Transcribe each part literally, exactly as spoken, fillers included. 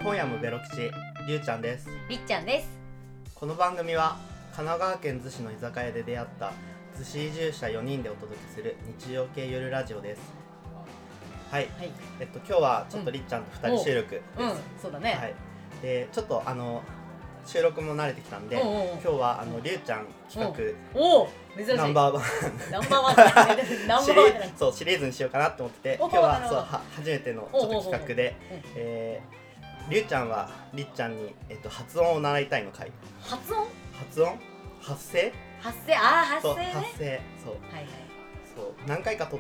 今夜もベロ吉、りゅうちゃんです。 りっちゃんです。 この番組は神奈川県逗子の居酒屋で出会った逗子移住者よにんでお届けする日常系ゆるラジオです。はい、はい、えっと今日はちょっとりっちゃんとふたり収録です。 うん、うん、そうだね。 はい。で、ちょっとあの収録も慣れてきたんで、おうおう、今日はあのりゅうちゃん企画、 おお、珍しい。 ナンバーワンナンバーワンナンバーワンそうシリーズにしようかなと思ってて、今日はそうは初めてのちょっと企画で、えーりゅうちゃんはりっちゃんに、えっと、発音を習いたいの回。 発音発音発声発声ああ発声ね。 発声そう、はいはい、そう何回か撮って、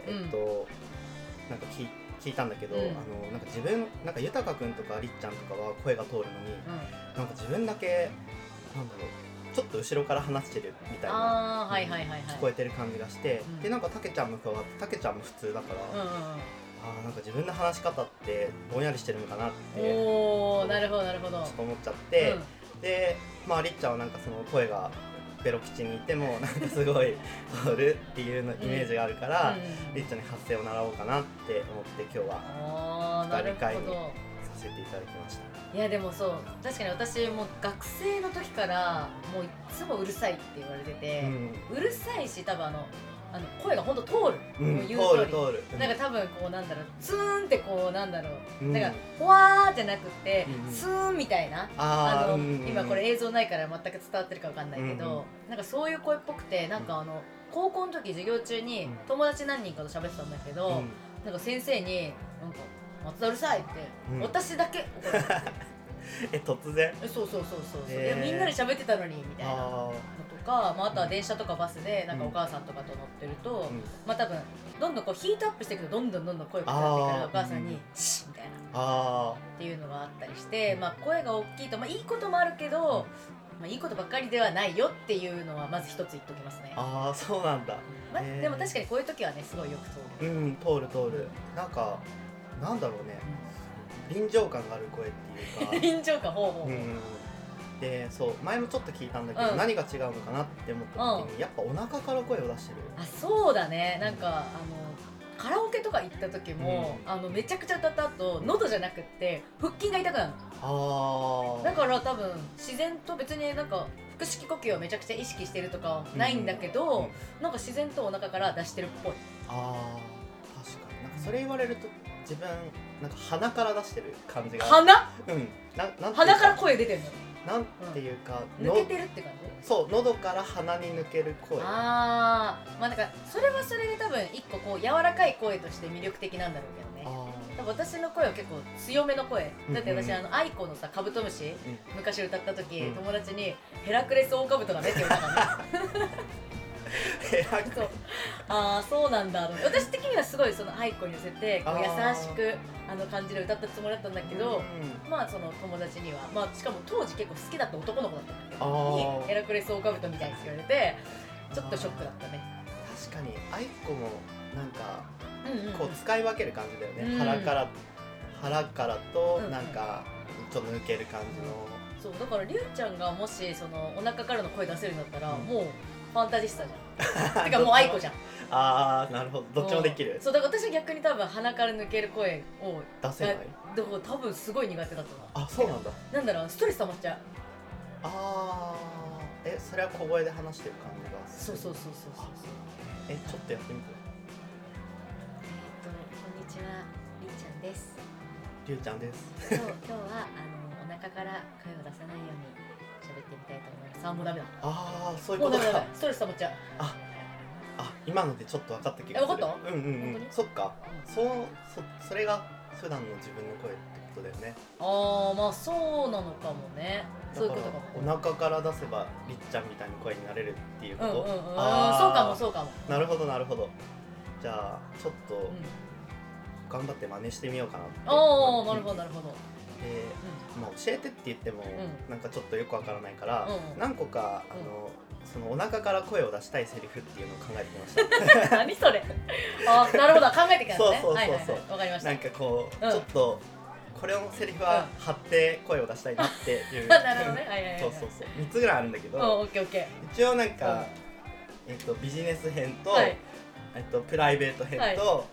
えっと、うん、なんか聞聞いたんだけど、うん、あのなんか自分なんか豊くんとかりっちゃんとかは声が通るのに、うん、なんか自分だけなんだろうちょっと後ろから話してるみたいな聞こえてる感じがして、うん、でなんかたけちゃんも加わってたけちゃんも普通だから、うんうんうん、あなんか自分の話し方ってぼんやりしてるのかなっておーなるほどなるほどちょっと思っちゃって、うん、でまありっちゃんはなんかその声がベロ吉にいてもなんかすごい通るっていうのイメージがあるから、うん、りっちゃんに発声を習おうかなって思って今日はふたり会にさせていただきました。 いやでもそう確かに私も学生の時からもういつもうるさいって言われてて、うん、うるさいし多分あのあの声が本当通る、 うん、もう言う通り、通る通る、 うん、なんか多分こうなんだろうツーンってこうなんだろう、うん、なんかほわーじゃなくて、うん、スーンみたいなあの、うん、今これ映像ないから全く伝わってるかわかんないけど、うん、なんかそういう声っぽくてなんかあの高校の時授業中に友達何人かと喋ってたんだけど、うん、なんか先生になんか松田うるさいって、うん、私だけ怒られてえ突然そうそうそうそう、えー、みんなで喋ってたのにみたいなのとか、まあ、あとは電車とかバスでなんかお母さんとかと乗ってると、うん、まあ多分どんどんこうヒートアップしていくとどんどんどんどん声が変わってくるお母さんにシッみたいなあっていうのがあったりして、まあ、声が大きいと、まあ、いいこともあるけど、まあ、いいことばっかりではないよっていうのはまず一つ言っときますね。 ああそうなんだ、 まあ、でも確かにこういう時はねすごいよく通るうん通る通るなんかなんだろうね、うん、臨場感がある声っていうか臨場感ほうほうほう、うん、 でそう前もちょっと聞いたんだけど、うん、何が違うのかなって思った時に、うん、やっぱお腹から声を出してる。 あそうだねなんか、うん、あのカラオケとか行った時も、うん、あのめちゃくちゃ歌った後喉じゃなくって腹筋が痛くなるの。あだから多分自然と別になんか腹式呼吸をめちゃくちゃ意識してるとかはないんだけど、うんうん、なんか自然とお腹から出してるっぽい。 あ確かになんかそれ言われると自分なんか鼻から出してる感じが鼻うんななん鼻から声出てるのなんていうか、 うん、抜けてるって感じそう喉から鼻に抜ける声ああまあなんかそれはそれで多分一個こう柔らかい声として魅力的なんだろうけどね。多分私の声は結構強めの声だって私、うん、あのアイコのさカブトムシ、うん、昔歌った時、うん、友達にヘラクレスオオカブトだねって言われたからねそうああそうなんだ私的にはすごいそのアイコに寄せてこう優しくあの感じで歌ったつもりだったんだけど、うん、まあその友達には、まあ、しかも当時結構好きだった男の子だったんだけどにヘラクレスオオカブトみたいに言われてちょっとショックだったね。 確かにアイコもなんか、うんうん、こう使い分ける感じだよね、うん、腹から腹からとなんかちょっと抜ける感じの、 うん、そうだからりゅうちゃんがもしそのお腹からの声出せるんだったら、うん、もうファンタジスタじゃんてかもうアイコじゃんああなるほどどっちもできる。 そうだから私は逆に多分鼻から抜ける声を出せないだから多分すごい苦手だったな。あそうなんだなんだろうストレス溜まっちゃう。 ああえそれは小声で話してる感じがそうそうそうそうそうえちょっとやってみて。 えっとこんにちはりっちゃんです。 りゅうちゃんです今日今日はあのお腹から声を出さないように喋ってみたいと思います。あもうダメだ。 ああそういうことか。 もうダメだストレス溜まっちゃう。 ああ今のでちょっと分かった気がする。え分かった？ うんうんうんそっか、うん、そうそそれが普段の自分の声ってことだよね。 ああまあそうなのかもね。そういうことかも。 お腹から出せばりっちゃんみたいに声になれるっていうこと。 うんうんうん、あそうかもそうかも。 なるほどなるほど。じゃあちょっと、うん、頑張って真似してみようかなって。 ああなるほどなるほど。 で、うんまあ、教えてって言っても、うん、なんかちょっとよくわからないから、うん、何個かあの、うん、そのお腹から声を出したいセリフっていうのを考えてきました。 何それ？あなるほど考えてきたんですね。 そうそうそうそう。わ、はいはいはい、かりました。 なんかこう、うん、ちょっとこれのセリフは貼って声を出したいなっていう。 なるほどね。はいはいはい。 そうそうそう。みっつぐらいあるんだけど、 オッケーオッケー。一応なんか、うん、えっとビジネス編と、はい、えっとプライベート編と、はい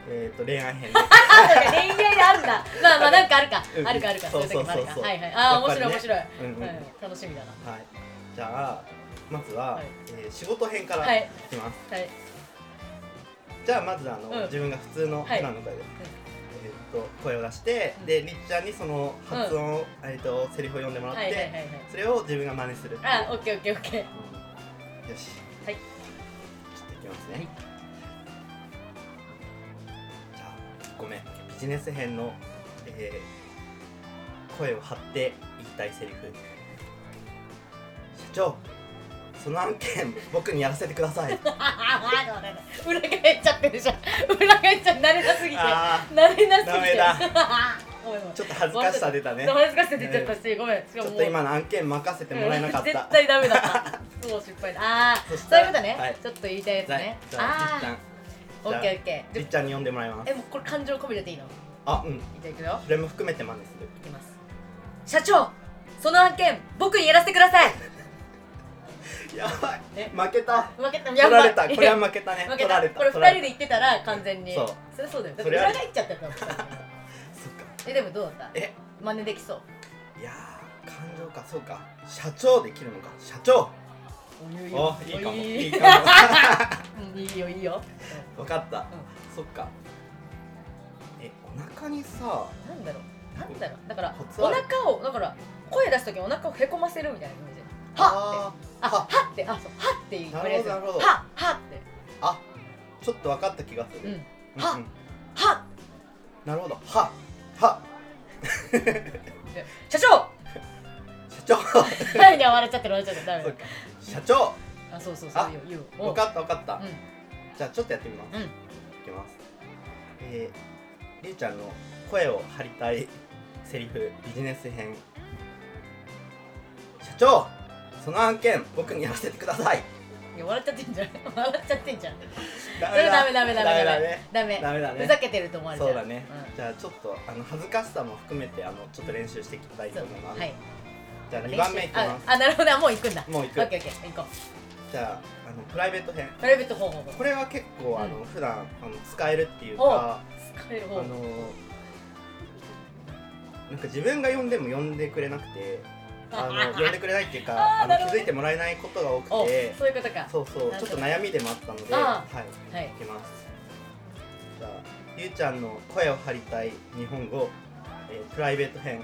えっと恋愛編で恋愛であるんだ。まあまあなんかあるか、 うん、 あるかあるか、 そうそうそうそう、 いう時もあるか。はいはい。ああ面白い面白い、 ね、うんうん、 はい、楽しみだな。 はい、じゃあまずは、はい、えー、仕事編からいきます、 はいはい、 じゃあまずあの、うん、自分が普通の普段の声で、はい、えー、っと声を出して、うん、でりっちゃんにその発音、うん、えー、っとセリフを読んでもらって、はいはいはいはい、それを自分が真似するっていう。 あ、オッケーオッケーオッケー、 うん、よし、 はい、 ちょっといきますね、はい、じゃあごめん、ビジネス編の、えー、声を張って言いたいセリフ。社長、その案件僕にやらせてください。 裏返っちゃってるじゃん。裏返っちゃって慣れなすぎて慣れなすぎてダメだちょっと恥ずかしさ出たね。 恥ずかしさ出ちゃったし、ごめん。 ちょっと今の案件任せてもらえなかった。 絶対ダメだった。そう失敗。ああ、そういうことね。ちょっと言いたいやつね。 じゃありっちゃん、 オッケーオッケー、 りっちゃんに読んでもらいます。 え、もうこれ感情込めちゃっていいの？ あ、うん。 じゃあいくよ。 それも含めて真似する。 いきます。社長、その案件僕にやらせてください。 やばい、負けた。 負けた。 取られた。これは負けたね。 負けた。これふたりで言ってたら完全に。そう。それそうだよ。だって裏返っちゃってたもん。そっか。え、でもどうだった？え、真似できそう。 いやー、感情か、そうか。社長できるのか。社長。 お、いいよ。いいかも。いいかも。いいよいいよ。 分かった。そっか。え、お腹にさ、 なんだろう。なんだろう。だからお腹を、だから声出すときお腹をへこませるみたいなイメージ。はって、あ、はって、あ、そう、はっていうフレーズ。 なるほど。 は、はって。 あ、ちょっと分かった気がする。 うん。は、は。 なるほど。は、は。 社長。 社長。 何で笑っちゃってる笑っちゃってる。ダメだ。 社長。 あ、そうそうそう。言う。 分かった分かった。じゃあちょっとやってみます。いきます。えー、りゅうちゃんの声を張りたいセリフビジネス編。社長。その案件僕にやらせてください。 いや笑っちゃってんじゃん。笑っちゃってんじゃん。 ダメだダメダメダメダメダメダメだね。 ふざけてると思われちゃう。 そうだね。じゃあちょっとあの恥ずかしさも含めてあのちょっと練習していきたいと思います。はい。じゃあにばんめいきます。 あ、なるほど、もう行くんだ。 もう行く。 オッケーオッケー、行こう。 じゃああのプライベート編。 プライベート方法。 これは結構あの普段あの使えるっていうか、 使える方。あのなんか自分が呼んでも呼んでくれなくて。あの呼んでくれないっていうかあの気づいてもらえないことが多くて、 そういうことか。 そうそう、ちょっと悩みでもあったので、はい、いきます。じゃありゅうちゃんの声を張りたい日本語、えー、プライベート編。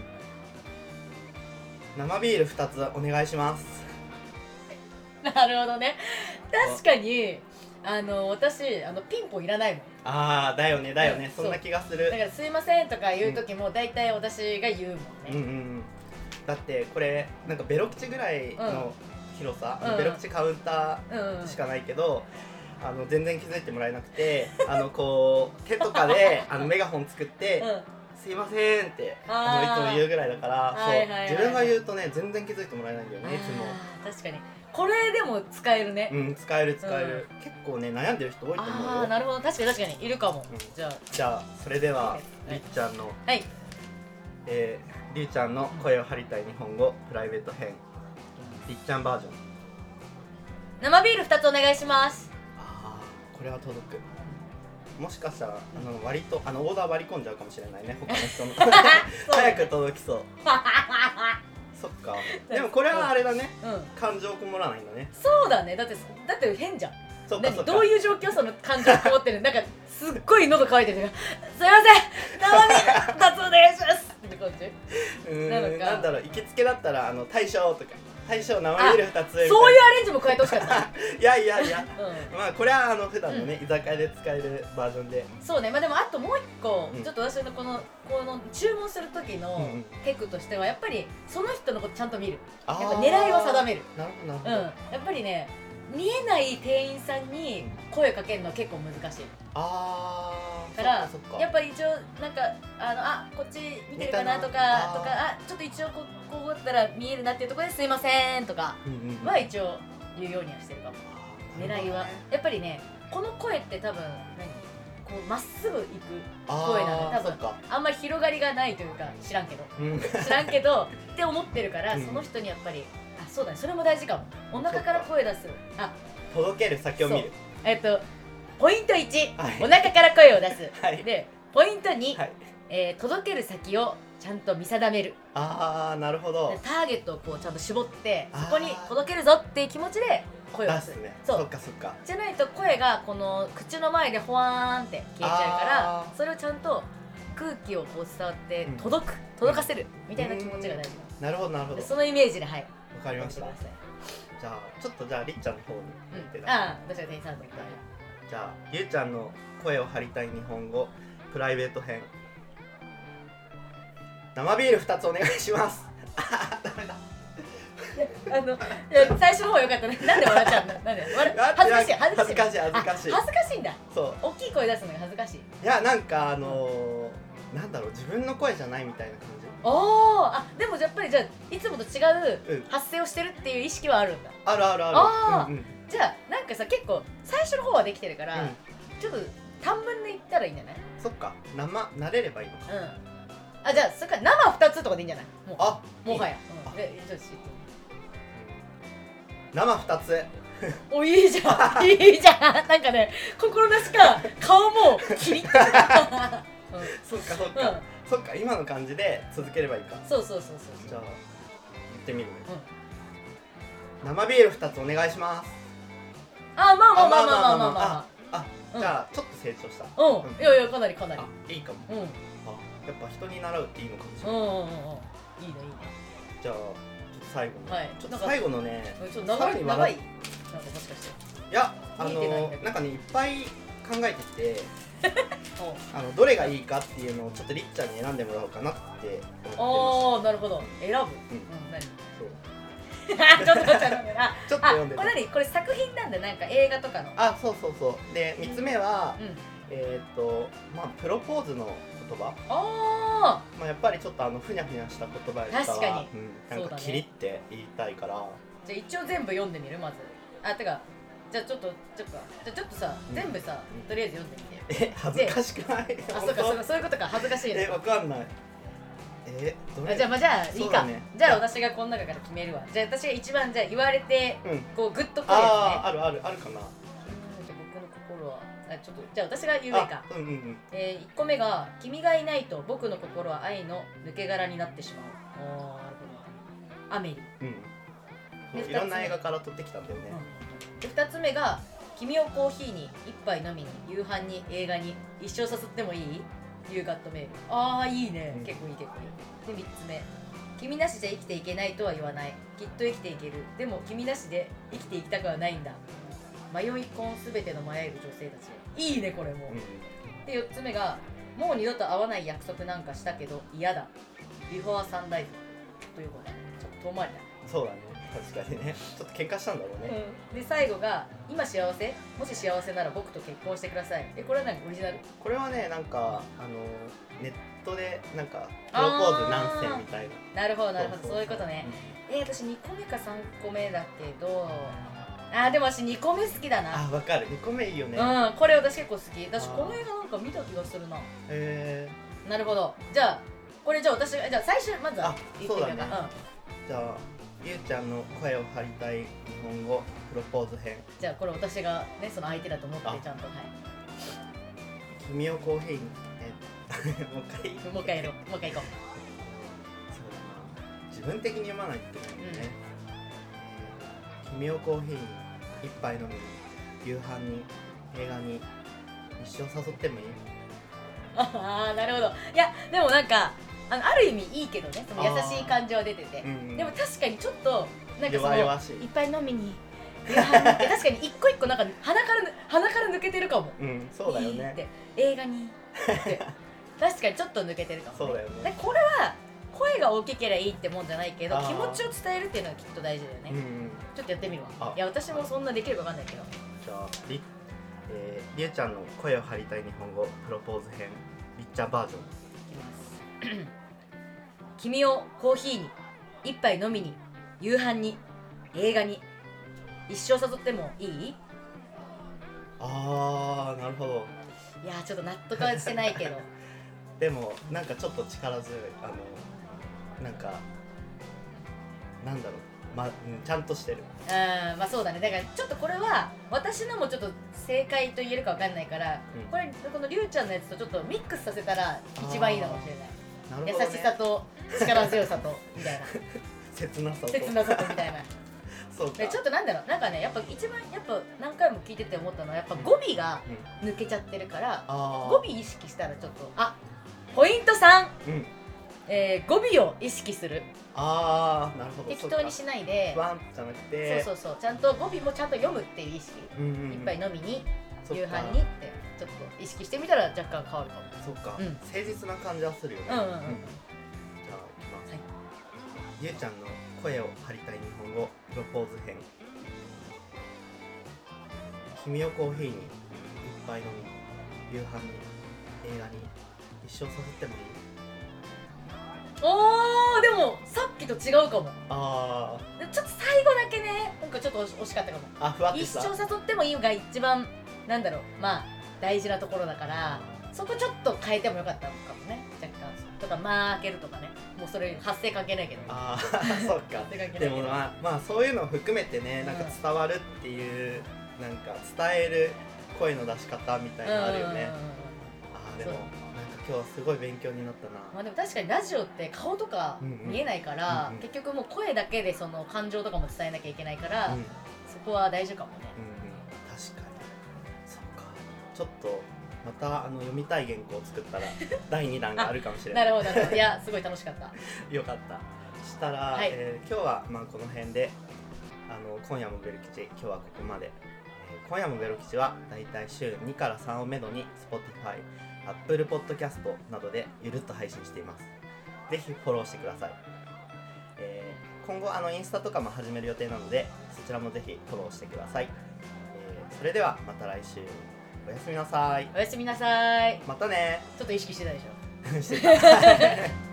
生ビールふたつお願いします。 なるほどね。確かにあの私あのピンポンいらないもん。 ああ、だよねだよね、そんな気がする。 だからすいませんとか言う時もだいたい私が言うもんね。 うんうんうん。だってこれなんかベロ口ぐらいの広さ、うん、ベロ口カウンターしかないけど、うん、あの全然気づいてもらえなくてあのこう手とかであのメガホン作って「うん、すいません」ってあのいつも言うぐらいだから、そう自分が言うとね全然気づいてもらえないんだよね、いつも。 確かにこれでも使えるね。 うん、使える使える、うん、結構ね悩んでる人多いと思うよ。 ああ、なるほど、確かに確かにいるかも、うん、じゃあじゃあそれではりっちゃんのはい、 えー、りゅうちゃんの声を張りたい日本語プライベート編、りっちゃんバージョン。 生ビールふたつお願いします。 ああ、これは届く。もしかしたらあの割とあのオーダー割り込んじゃうかもしれないね、他の人の早く届きそう。そっか。でもこれはあれだね、うん、感情こもらないんだね。 そうだね。だってだって変じゃん。そうかそうか。どういう状況、その感情こもってる。なんかすっごい喉乾いてる。すいません、生ビールふたつお願いします。って感じ。 うーん、な, なんだろう、行きつけだったらあの大将とか大将生ビールふたつ。 そういうアレンジも変えてほしかった。 いやいやいや、うん、まあこれはあの普段のね、うん、居酒屋で使えるバージョンで。そうね。 まあでもあともう一個、うん、ちょっと私のこのこの注文する時のテクとしてはやっぱりその人のことちゃんと見る。やっぱ狙いを定める。 なるほどなるほど。うん、 やっぱりね、見えない店員さんに声かけるのは結構難しい。 ああ。 だからやっぱり一応なんかあのあこっち見てるかなとかとかあちょっと一応ここうだったら見えるなっていうところですいませんとかは一応言うようにはしてるかも。狙いはやっぱりね、この声って多分何こうまっすぐ行く声なので、多分あんまり広がりがないというか知らんけど、うん、知らんけどって思ってるから、うん、その人にやっぱりあそうだね、それも大事かも。お腹から声出す、あ届ける先を見る。 えっとポイントいち、 はい、 お腹から声を出す、 はい、 でポイントに、 はい、 えー、届ける先をちゃんと見定める。 あーなるほど。 ターゲットをこうちゃんと絞ってそこに届けるぞっていう気持ちで声を出す。 出すね。 そうそっかそっか。 じゃないと声がこの口の前でほわーんって消えちゃうからそれをちゃんと空気をこう伝わって届く、うん、届かせるみたいな気持ちが大事。 なるほどなるほど。 そのイメージではい。 わかりました。じゃあちょっとじゃありっちゃんの方に言ってた、うん、ああ私は店員さんと、はい、 じゃあゆうちゃんの声を張りたい日本語プライベート編、生ビールふたつお願いします。あダメだ。 あの最初の方良かったね。なんで笑っちゃうんだ。なんで恥ずかしい恥ずかしい恥ずかしい恥ずかしい恥ずかしいんだ。 そう大きい声出すのが恥ずかしい。 いやなんかあのー、なんだろう自分の声じゃないみたいな感じ。 おあでもやっぱりじゃあいつもと違う発声をしてるっていう意識はあるんだ。 あるあるある。 あ、うんうん、じゃあなんかさ結構最初の方はできてるから、うん、ちょっと短文で言ったらいいんじゃない？ そっか生慣れればいいのか。 うん。あじゃあそっか生ふたつとかでいいんじゃない？もうあもはや。うん、えちょっと生ふたつ。 おいいじゃんいいじゃん。なんかね心なしか顔もキリッと。うん、 そっかそっか、うん、そっか今の感じで続ければいいか。 そうそうそうそう。 じゃあ言ってみるね、うん、生ビールふたつお願いします。 あまあまあまあまあまあまあまああ、うん、じゃあちょっと成長した。 うん、うん、いやいやかなりかなりいいかも。うん、あやっぱ人に習うっていいのかもしれない。 うんうんうんうんいいねいいね。 じゃあ最後の、 はい、 ちょっと最後のねちょっと長い長いなんかもしかしていやあのー、なんかねいっぱい考えてきてあのどれがいいかっていうのをちょっとりっちゃんに選んでもらおうかなって思ってました。 ああなるほど選ぶ。うん、うん、何そうちょっと待ってあちょっと読んでこれ何これ作品なんだなんか映画とかの。 あそうそうそうでみっつめは、うん、えっ、ー、とまあプロポーズの言葉。あまあやっぱりちょっとあのふにゃふにゃした言葉よりかは確かに、 うん、なんかキリって言いたいから、ね、 じゃあ一応全部読んでみるまず。あてかじゃあちょっとちょっとじゃあちょっとさ、うん、全部さとりあえず読んでみて。 え恥ずかしくない？ あそうかそうかそういうことか恥ずかしいね。 えわかんない。えどれ？ あじゃあまあじゃあいいか、 ね、 じゃあ私がこの中から決めるわ。じゃあ私が一番じゃあ言われて、うん、こうグッとくるやつね。 ああるあるあるかな。 うんじゃあ僕の心はあちょっとじゃあ私が言う上か。 うんうんうん。 えー、いっこめが君がいないと僕の心は愛の抜け殻になってしまう。ああなるほど。アメリ。 うん。いろんな映画から撮ってきたんだよね。 うん、でふたつめが君をコーヒーに一杯飲みに夕飯に映画に一生誘ってもいい？ユーガットメール。ああいいね、うん、結構いい結構いい。でみっつめ君なしじゃ生きていけないとは言わないきっと生きていけるでも君なしで生きていきたくはないんだ迷い込んすべての迷える女性たちへ。いいねこれも、うん、でよっつめがもう二度と会わない約束なんかしたけど嫌だビフォーサンライズということだ。ちょっと遠回りだ。 そうだね確かにねちょっと喧嘩したんだろうね、 うん、で最後が今幸せもし幸せなら僕と結婚してください。えこれは何かオリジナル？これはねなんかあのネットでなんかプロポーズ何選みたいな。 なるほどなるほどそういうことね、うん、えー、私にこめかさんこめだけどあーでも私にこめ好きだな。 あ分かるにこめいいよね。 うんこれ私結構好き。私この映画なんか見た気がするな。へえーなるほど。じゃあこれじゃあ私じゃあ最初まずは言ってみようか。ね、うん、じゃあゆうちゃんの声を張りたい日本語プロポーズ編。 じゃあこれ私がねその相手だと思ってちゃんとはい君をコーヒーにえもう一回もう一回やろうもう一回行こう。 そうだな自分的に読まないってないんだね、うん、君をコーヒーに一杯飲みに夕飯に映画に一生誘ってもいい？ ああなるほど。いやでもなんかあのある意味いいけどねその優しい感じは出てて、うんうん、でも確かにちょっとなんかその弱々しいいっぱい飲みに夕飯にって確かに一個一個なんか鼻から鼻から抜けてるかも。 うんそうだよね。 って映画にって確かにちょっと抜けてるかも、ね、 そうだよね。 でこれは声が大きければいいってもんじゃないけど気持ちを伝えるっていうのがきっと大事だよね、うんうん、ちょっとやってみるわ。いや私もそんなできるかわかんないけど。 じゃあり、えー、りえちゃんの声を張りたい日本語プロポーズ編りっちゃんバージョンいきます君をコーヒーに一杯飲みに夕飯に映画に一生誘ってもいい？ あーなるほど。 いやちょっと納得はしてないけどでもなんかちょっと力強いあのなんかなんだろうまあ、うん、ちゃんとしてる。 あまあそうだね。だからちょっとこれは私のもちょっと正解と言えるかわかんないから、うん、これこのりゅうちゃんのやつとちょっとミックスさせたら一番いいかもしれない。なるほどね、優しさと力強さとみたいな切なさと切なさとみたいなそうか。 ちょっとなんだろう、なんかね、やっぱ一番やっぱ何回も聞いてて思ったのはやっぱ語尾が抜けちゃってるから、うん、語尾意識したらちょっとあポイントさん、うんえー、語尾を意識する。 ああ、なるほど。 適当にしないでワンじゃなくて、 そうそうそう、ちゃんと語尾もちゃんと読むっていう意識、うんうんうん、いっぱい飲みに夕飯にってちょっと意識してみたら若干変わるかも。 そっか、うん、誠実な感じはするよね。うんうんうん、じゃあいきます、はい、ゆうちゃんの声を張りたい日本語プロポーズ編。君をコーヒーにいっぱい飲み、夕飯に映画に一生誘ってもいい？ おー、でもさっきと違うかも。 あーちょっと最後だけね、なんかちょっと惜しかったかも。 あ、ふわってした。 一生誘ってもいいが一番なんだろう、まあ大事なところだから、そこちょっと変えてもよかったかもね、若干。とか間開けるとかね、もうそれ発声関係ないけど。 ああそっかでもまあ、まあそういうのを含めてね、なんか伝わるっていう、うん、なんか伝える声の出し方みたいなのあるよね。ああでもなんか今日はすごい勉強になったな。 まあでも確かにラジオって顔とか見えないから、うんうん、結局もう声だけでその感情とかも伝えなきゃいけないから、うん、そこは大事かもね。 うんうん、確かに。そっか。ちょっとまたあの読みたい原稿を作ったらだいにだんがあるかもしれない。 なるほどなるほど。いやすごい楽しかった。 よかった。したら、はい、えー、今日はまあこの辺で、あの今夜もベル吉、今日はここまで。えー、今夜もベル吉はだいたい週にからさんをめどに Spotify、Apple Podcast などでゆるっと配信しています。ぜひフォローしてください。えー、今後あのインスタとかも始める予定なので、そちらもぜひフォローしてください。えー、それではまた来週。おやすみなさい。 おやすみなさい。 またね。 ちょっと意識してたでしょ。 してた。